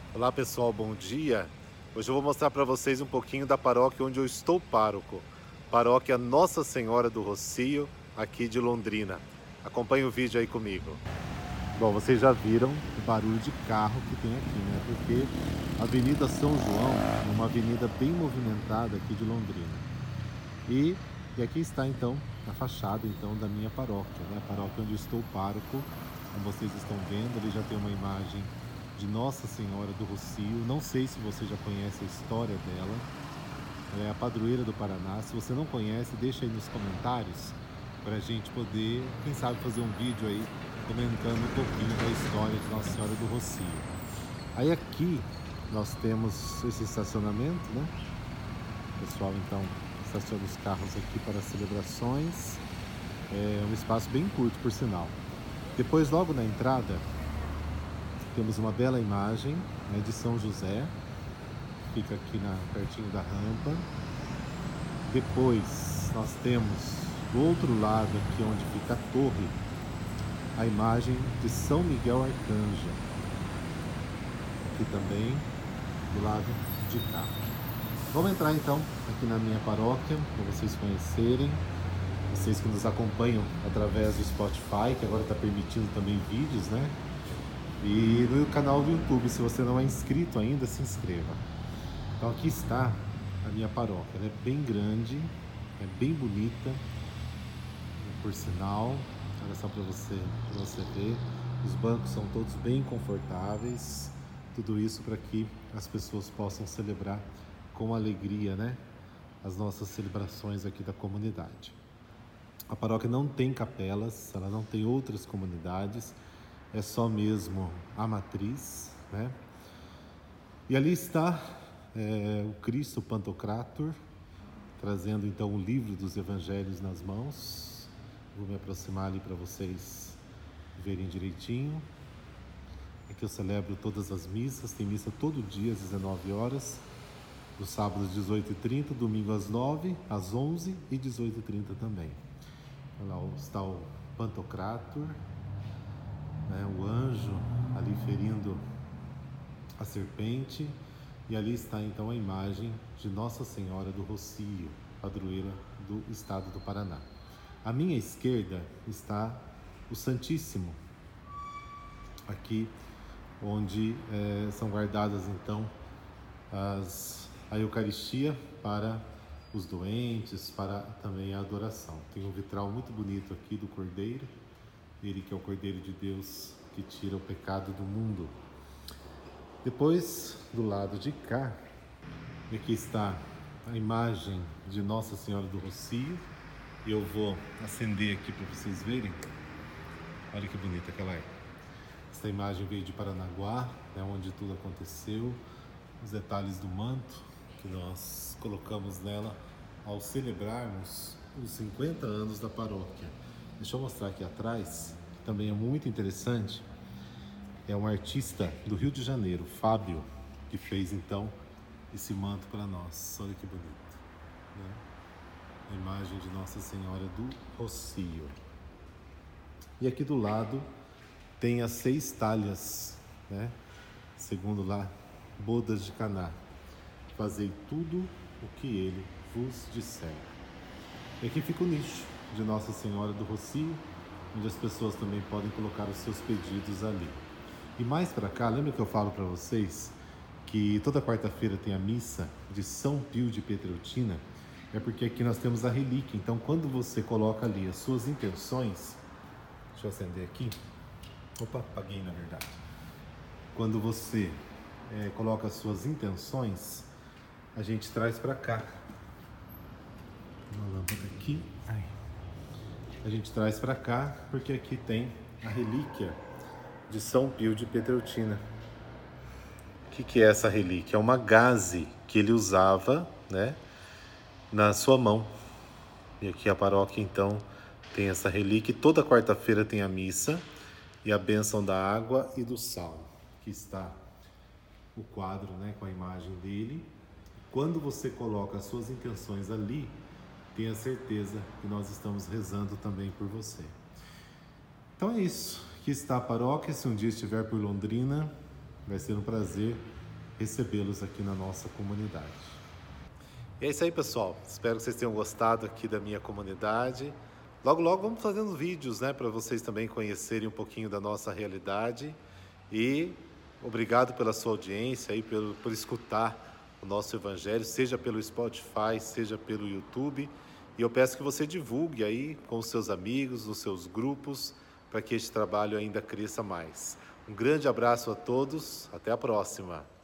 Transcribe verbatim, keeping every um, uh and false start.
Olá pessoal, bom dia. Hoje eu vou mostrar para vocês um pouquinho da paróquia onde eu estou pároco. Paróquia Nossa Senhora do Rocio, aqui de Londrina. Acompanhe o vídeo aí comigo. Bom, vocês já viram o barulho de carro que tem aqui, né? Porque a Avenida São João é uma avenida bem movimentada aqui de Londrina. E, e aqui está então a fachada então da minha paróquia, né? A paróquia onde eu estou pároco. Como vocês estão vendo, ali já tem uma imagem de Nossa Senhora do Rocio. Não sei se você já conhece a história dela. Ela é a padroeira do Paraná. Se você não conhece, deixa aí nos comentários para a gente poder, quem sabe, fazer um vídeo aí comentando um pouquinho da história de Nossa Senhora do Rocio. Aí aqui nós temos esse estacionamento, né? O pessoal então estaciona os carros aqui para as celebrações. É um espaço bem curto, por sinal. Depois, logo na entrada, temos uma bela imagem, né, de São José, fica aqui na, pertinho da rampa. Depois nós temos do outro lado, aqui onde fica a torre, a imagem de São Miguel Arcanjo, aqui também do lado de cá. Vamos entrar então aqui na minha paróquia para vocês conhecerem, vocês que nos acompanham através do Spotify, que agora está permitindo também vídeos, né? E no canal do YouTube, se você não é inscrito ainda, se inscreva. Então aqui está a minha paróquia, ela é bem grande, é bem bonita, por sinal. Olha só para você, para você ver, os bancos são todos bem confortáveis, tudo isso para que as pessoas possam celebrar com alegria, né, as nossas celebrações aqui da comunidade. A paróquia não tem capelas, ela não tem outras comunidades, é só mesmo a matriz, né? E ali está é, o Cristo Pantocrator, trazendo então o livro dos Evangelhos nas mãos. Vou me aproximar ali para vocês verem direitinho. Aqui eu celebro todas as missas, tem missa todo dia às dezenove horas, no sábado às dezoito e trinta, domingo às nove, às onze e dezoito e trinta também. Olha lá está o Pantocrator, né, o anjo ali ferindo a serpente, e ali está então a imagem de Nossa Senhora do Rocio, padroeira do estado do Paraná. À minha esquerda está o Santíssimo, aqui onde é, são guardadas então as, a Eucaristia para os doentes, para também a adoração. Tem um vitral muito bonito aqui do Cordeiro, ele que é o Cordeiro de Deus que tira o pecado do mundo. Depois, do lado de cá, aqui está a imagem de Nossa Senhora do Rocio. Eu vou acender aqui para vocês verem. Olha que bonita que ela é. Essa imagem veio de Paranaguá, né, onde tudo aconteceu. Os detalhes do manto que nós colocamos nela ao celebrarmos os cinquenta anos da paróquia. Deixa eu mostrar aqui atrás, que também é muito interessante. É um artista do Rio de Janeiro, Fábio, que fez então esse manto para nós. Olha que bonito, né? A imagem de Nossa Senhora do Rocio. E aqui do lado tem as seis talhas, né? Segundo lá, bodas de Caná. Fazei tudo o que ele vos disser. E aqui fica o nicho de Nossa Senhora do Rocio, onde as pessoas também podem colocar os seus pedidos ali. E mais para cá, lembra que eu falo para vocês que toda quarta-feira tem a missa de São Pio de Pietreutina? É porque aqui nós temos a relíquia. Então, quando você coloca ali as suas intenções, deixa eu acender aqui. Opa, apaguei na verdade. Quando você é, coloca as suas intenções, a gente traz para cá uma lâmpada aqui. Ai. A gente traz para cá porque aqui tem a relíquia de São Pio de Pietreutina. O que, que é essa relíquia? É uma gaze que ele usava, né, na sua mão. E aqui a paróquia então tem essa relíquia. Toda quarta-feira tem a missa e a bênção da água e do sal. Aqui está o quadro, né, com a imagem dele. Quando você coloca as suas intenções ali, tenha certeza que nós estamos rezando também por você. Então é isso. Aqui está a paróquia. Se um dia estiver por Londrina, vai ser um prazer recebê-los aqui na nossa comunidade. E é isso aí, pessoal. Espero que vocês tenham gostado aqui da minha comunidade. Logo, logo vamos fazendo vídeos, né, para vocês também conhecerem um pouquinho da nossa realidade. E obrigado pela sua audiência e por, por escutar o nosso Evangelho, seja pelo Spotify, seja pelo YouTube. E eu peço que você divulgue aí com os seus amigos, nos seus grupos, para que este trabalho ainda cresça mais. Um grande abraço a todos, até a próxima!